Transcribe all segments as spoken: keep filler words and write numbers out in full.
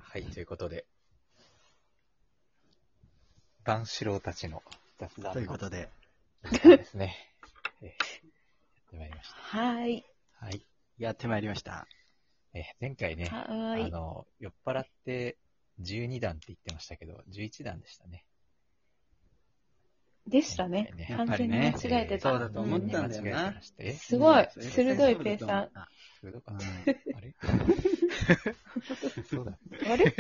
はい、ということで、万四郎たちの雑談ということで、 ですね。えー、やってまいりました。 はい。 はい。 やってまいりました。 えー、前回ね、 はあーい。 の、酔っ払ってじゅうにだんって言ってましたけど、じゅういちだんでしたね。 でしたね。 ね完全に間違えてた。 そうだと思ったんだよな。 間違えてました。えすごい、 うん鋭い計算。 鋭かった。あれそうだ。 あれん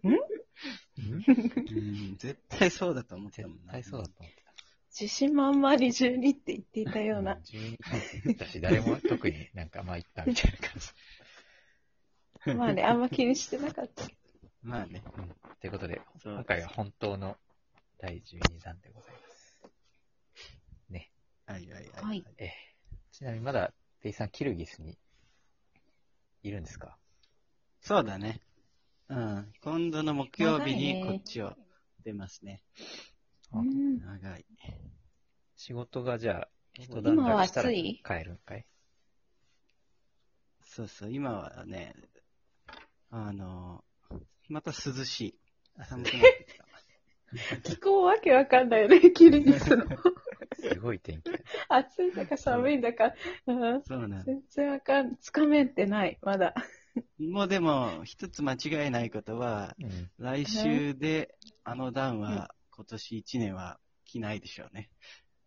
うん、絶対そうだと思ってたもんな。 絶対そうだと思ってた。 自信満々にじゅうにって言っていたような。 じゅうにだって言ったし、誰も特になんかまあ言ったみたいな感じ。 まあね、あんま気にしてなかったけど。 まあね。 うん。ということで、 そう今回は本当のだいじゅうにだんでございます。ね。 はいはいはい。 はいえー、ちなみにまだ、ペイさん、キルギスにいるんですか？ そうだね。うん。今度の木曜日に長いねこっちを出ますね。 あうん長い。 仕事がじゃあ、一段今は落したら暑い帰るんかい？ そうそう、今はね、あの、また涼しい。寒くなってきた。 気候わけわかんないよね、キリギスの。 すごい天気だ。 暑いんだか寒いんだか。うんそうなん全然わかん、つかめんってない、まだ。 もうでも、一つ間違いないことは、 うん。 来週であのダウンは今年一年は着ないでしょうね。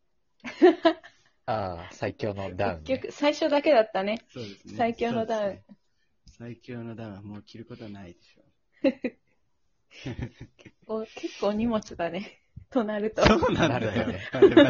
ああ、最強のダウン、ね。 結局、最初だけだったね。 そうですね。 最強のダウンそうですね最強のダウンはもう着ることはないでしょ結構、結構荷物だね。となると。 う。そうなんだよなるほどね。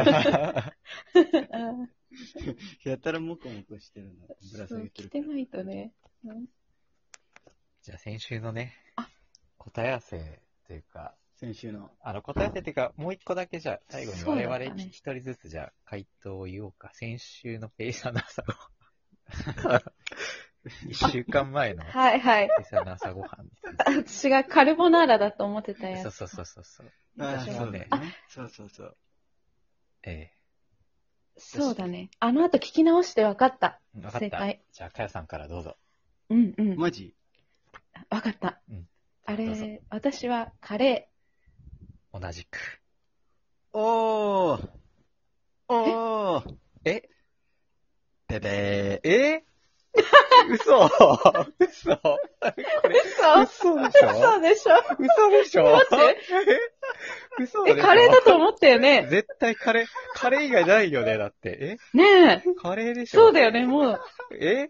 あやたらモコモコしてるの。ぶらーそう、 下げてるから。 着てないとね。うんじゃあ先週のねあ、 答え合わせというか、 先週の。 あの答え合わせというか、もう一個だけじゃあ最後に我々 そうだったね一人ずつじゃあ回答を言おうか。先週のペイさんの朝ごはん。一週間前のペはいはい。 イさんの朝ごはんについて。 私がカルボナーラだと思ってたやつ。 そうそうそうそうそう。 ああ、 私もねそうだ、ね。そうそうそう。 えそうだね。あの後聞き直して分かった。 えわかった。 正解。 じゃあ、かやさんからどうぞ。 うんうん。 マジ分かった。 うん。 あどうぞれ、私はカレ同じく。 おーおーえべべー。 え嘘嘘こー。 れ、 嘘嘘でしょ嘘でしょ嘘でしょマジえ、 嘘でしょカレーだと思ったよね。 絶対カレー、カレー以外ないよね、だって。 ねえ。 えカレーでしょそうだよね、もう。 え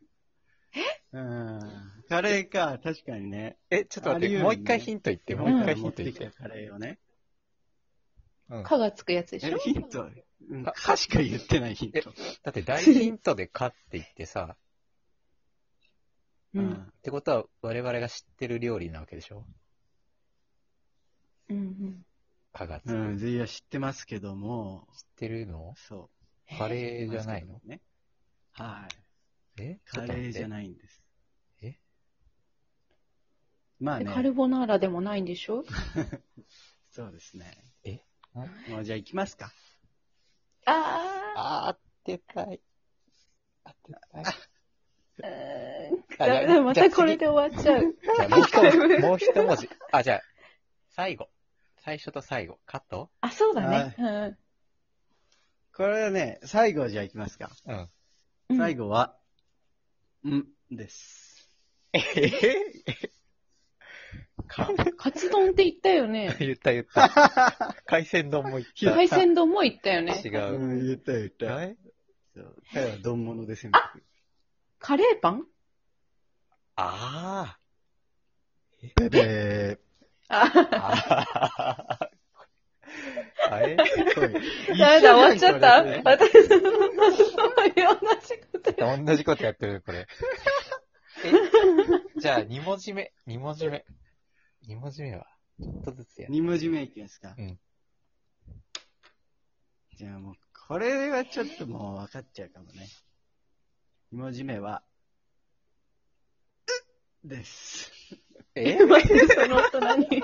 うん。カレーか、確かにね。 え、ちょっと待って、 あり得るねもう一回ヒント言って、もう一回ヒント言って持ってき。たカレーをね。 うん。 かがつくやつでしえょヒント。うんかかしか言ってないヒント。 だって大ヒントでかって言ってさ、 う。 うんん。 ってことは我々が知ってる料理なわけでしょ？ うんうん。 かがつく。 うん、 知っいや、知ってますけども、 てるの？ そう。 カレーじゃないの？ ね。はい。 えカレーじゃい。 ないんです。 えまあね。 でカルボナーラでもないんでしょそうですね。 えもうじゃあ行きますか。 ああー、当てたい。当てたい。 ー。うーんあダメだ、まじゃあたこれで終わっちゃう。 じゃあもう一文字、もう一文字。あ、じゃあ、最後。最初と最後。カット？ あ、そうだね。うんこれはね、最後じゃあ行きますか。 うん。 うん。 最後は、んです。 えへへか、 カツ丼って言ったよね。 言った言った。海鮮丼も言った。 海鮮丼も言ったよね。 違うう。 ん、言った言った。 えそう。彼は丼物で選択。 カレーパンあベベー。 あー。あー。あれダメだ、終わっちゃった。私、同じこと。 同じことやってる、これ。え、じゃあ、二文字目、二文字目。二文字目は、ちょっとずつやる。 二文字目いきますか。 うん。 じゃあもう、これはちょっともう分かっちゃうかもね。二文字目は、うです。 え待って、その音何待って。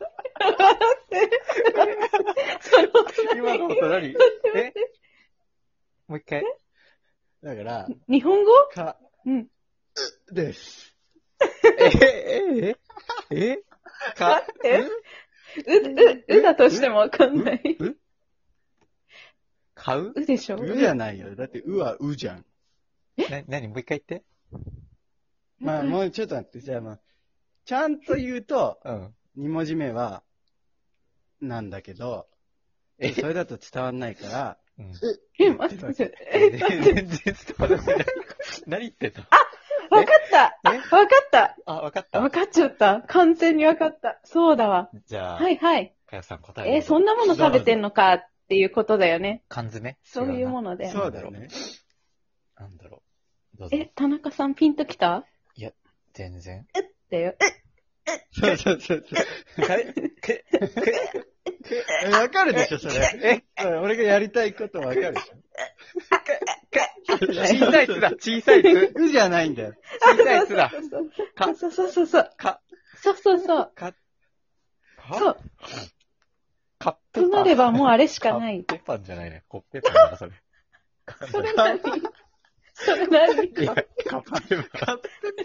その音何今の音何えもう一回。 だから、 日本語か、 うん。 です。 え、え、え、 え待か、 って。う、う、うだとしてもわかんない。 う買ううでしょうじゃないよ。だってうはうじゃん。 な、なにもう一回言って。 まあもうちょっと待って、じゃあまあ、ちゃんと言うと、 うん。 二文字目は、なんだけど、 えそれだと伝わんないから、 うん。 え、待って待って。 え、全然伝わらない。何言ってたわかったえわかったあ、わかった。 わかっちゃった。完全にわかった。そうだわ。 じゃあ、 はいはい。 かよさん答ええ、そんなもの食べてんのかっていうことだよね。 缶詰そういうもの。 のだよね。 そうだよね。 なんだろう。どうぞ。 え、田中さんピンときた全然。 だよ。 そうそうそうそう。 かえ、け、け、 えわかるでしょ、それ。え、俺がやりたいことわかるでし小さいつだ、小さいつ。 ょ。うじゃないんだよ。 小さいつだ。か、 そうそうそうそう。 か、 そうそうそう。 か、 そう。 カッペパン。 となればもうあれしかない。 カッペパンじゃないね。コッペパンだな、それ。 それ何それ何いや、カッペパン。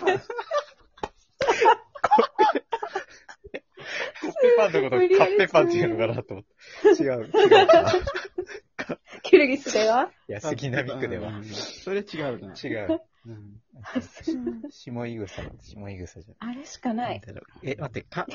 コッペパンのことカッペパンっていうのかなと思って。違う。違うな。 キルギスではいや、杉並区では。 うんそれ違うな。 違う。 うん下井草だ。下井草じゃあれしかなない。 い。 なんだろうえ、待って、か、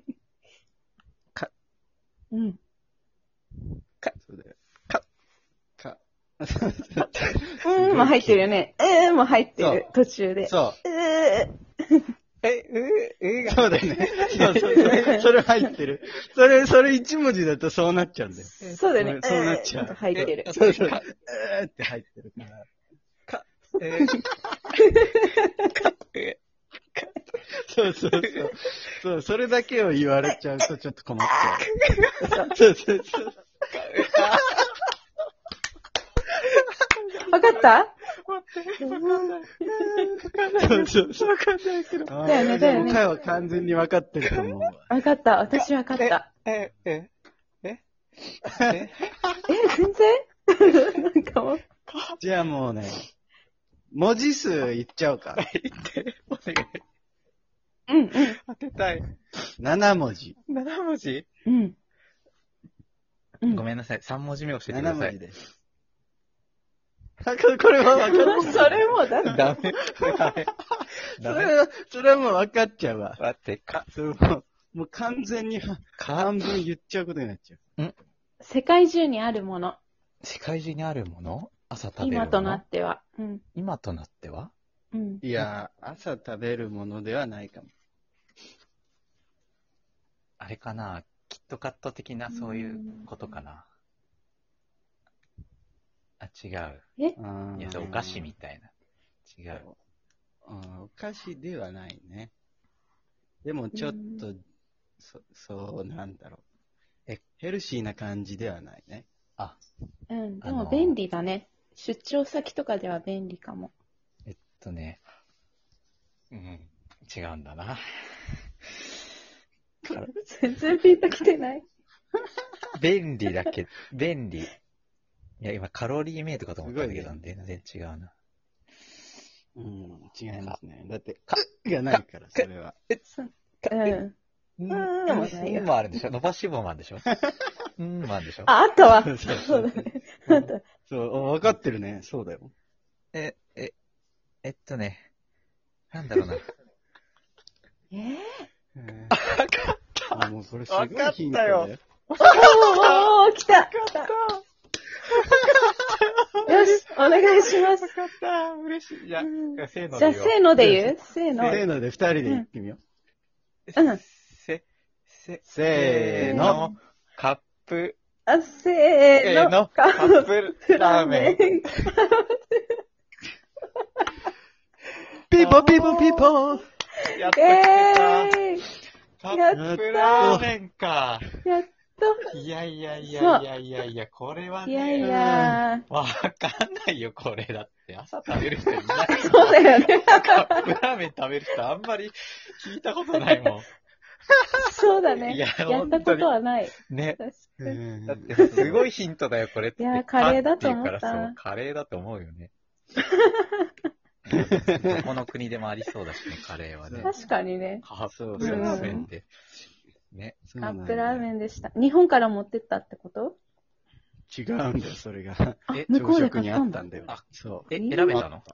うん。 そうだよ。 か、 か。 うんも入ってるよね。うんも入ってそうる。途中で。 そう。 うーえ、え、えが、 そうだよね。そうそうそう。それ入ってる。それ、それ一文字だとそうなっちゃうんだよ。 そうだよね。 そうなっちゃううん入ってる。 えそうそう。 かえーって入ってるから。 えー、か、え、 そうそうそう。そう、それだけを言われちゃうとちょっと困っちゃう。そうそうそう。 わかったそうそうそう。わかんないけど。 だよねだよねでも会は完全に分かってると思うわ。 わかった。私わかった。 え、え、え、え、 え、全然なんかもう。 じゃあもうね、文字数いっちゃおうか。 言って、お願い。 うんうん。 当てたい。 なな文字。 なな文字うん。うんごめんなさい。さん文字目教えてくななださい。 文字です。あ、これこれは分かっちゃう。 それもうだって。 ダメ。ダメ。ダメ。 それは、それはもう分かっちゃうわ。 待って、か、 それもう、もう完全にはか、 半分言っちゃうことになっちゃう。 世界中にあるもの。 世界中にあるもの朝食べるもの今となっては。うん。 今となってはうん。 いや、朝食べるものではないかも。 あれかなキットカット的なそういうことかなあ、違う。 えあーいや、それお菓子みたいな。違う。 あーお菓子ではないね。でもちょっと、そ、そうなんだろう。 えヘルシーな感じではないね。 あ、 うん。であのも便利だね。出張先とかでは便利かも。 えっとね。うん。違うんだな。 全然ピンときてない。 便利だけ、便利。いや、今カロリーメイトかと思ったんだけど、 すごい全然違うな。 うん、違いますね。だって、かがないから、それは。 うん。 うん、 うんうんもないよもあるんでしょ伸ばし棒もあるんでしょうんもあるんでしょあ、あったわ。 そうそうそうだね。あった。 そう、分かってるね。そうだよ。 え、え、えっとね。なんだろうな。 えーえー、あもうこれすごいヒントだよ。 おーおー来た来たよし、お願いします。 よかった嬉しい。じゃあ、せーのじゃあ、 で言おう。 せーので言うせーの。 せーので二人で言ってみようん。 せ、せ、 う。せーの。 カップ、 あ、せえーーの。 の、カップラーメン。 ン。 ピーポーピーポーピーポー。 やっとえ来た。 ーカップラーメンか。 やっと。 いやいやいやいやいやいや、これはね。 いやいやわかんないよ、これだって。朝食べる人いない。 そうだよね。 カップラーメン食べる人あんまり聞いたことないもそうだね。 いややったことはない。 ん。ね。 確かうに。 んだってすごいヒントだよ、これって。 いやカレーだと思ったカって言うからそう、カレーだと思うよね。 どこの国でもありそうだしね、カレーはね。 確かにね。 カそうップラーメンって。ね。 カそうなんだップラーメンでした。日本から持ってったってこと？ 違うんだよ、それが。 あえ、 向こうで朝食に買ったんだ。 あったんだよ。 あそえ、 いい選べたの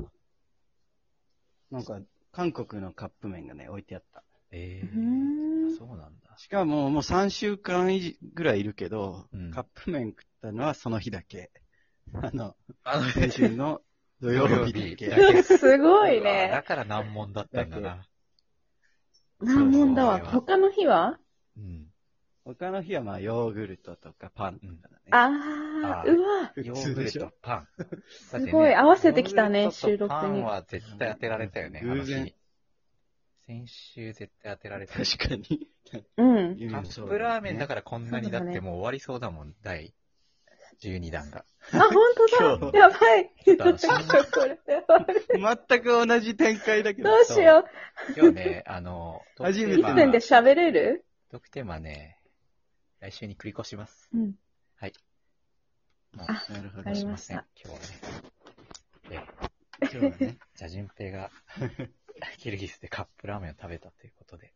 う。なんか、韓国のカップ麺がね、置いてあった。 えうーんー、そうなんだ。 しかも、もうさんしゅうかん以上ぐらいいるけど、 うんカップ麺食ったのはその日だけ。あの、 あの先週の土曜日だけ。 土曜日すごいだね。 から難問だったんだな。 難問だわ。 そう他の日は？ うん。 他の日はまあ、ヨーグルトとかパンとかだね。 ああー、うわ。 ヨーグルト、パン。 すごい合わせてきたねヨーグルトと収録にパンは絶対当てられたよね、あの偶然日。先週絶対当てられた。 確かに。 うん。 カップラーメンだかからこんなにだっそうだねてもう終わりそうだもん、だいじゅうにだんが。 あ、本当今だ。やばい。 ちょっとあのこれ、やばい。 全く同じ展開だけど。 どうしよ今日ね、あの、 初めう。 て一分で喋れる？ トークテーマね、来週に繰り越します。 うん。 はい。もうあ、 なるほど。 わかりましせんた。 今日はね。 今日はね。 じゃあ、順平が、キルギスでカップラーメンを食べたということで。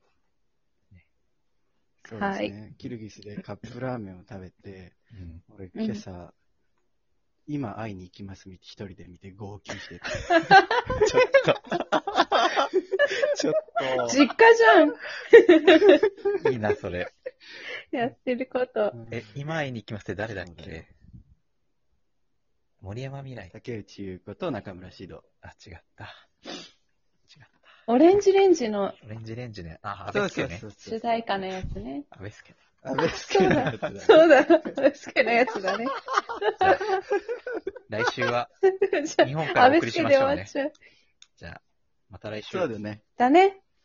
そうですね。キルギスでカップラーメンを食べて、 うん。 俺今朝、今会いに行きますみ一人で見て号泣してた。 ちょっと、ちょっ実家じゃん。 と、いいな、それ。 やってること。 え、今会いに行きますって誰だっけ森山未来。 竹内優子と中村獅童。 あ、違った。違った。 オレンジレンジのオレンジレンジね。あ、安倍助ね。 そう主題歌のやつね。 安倍助ね。 安倍助のやつだ。 そうだ。好きなやつだね。 じゃあ、来週は、 じゃ日本からあ、 お送りし安倍助でましょうね。 終わっちゃう。 じゃあ、また来週。 そうだね。 だね。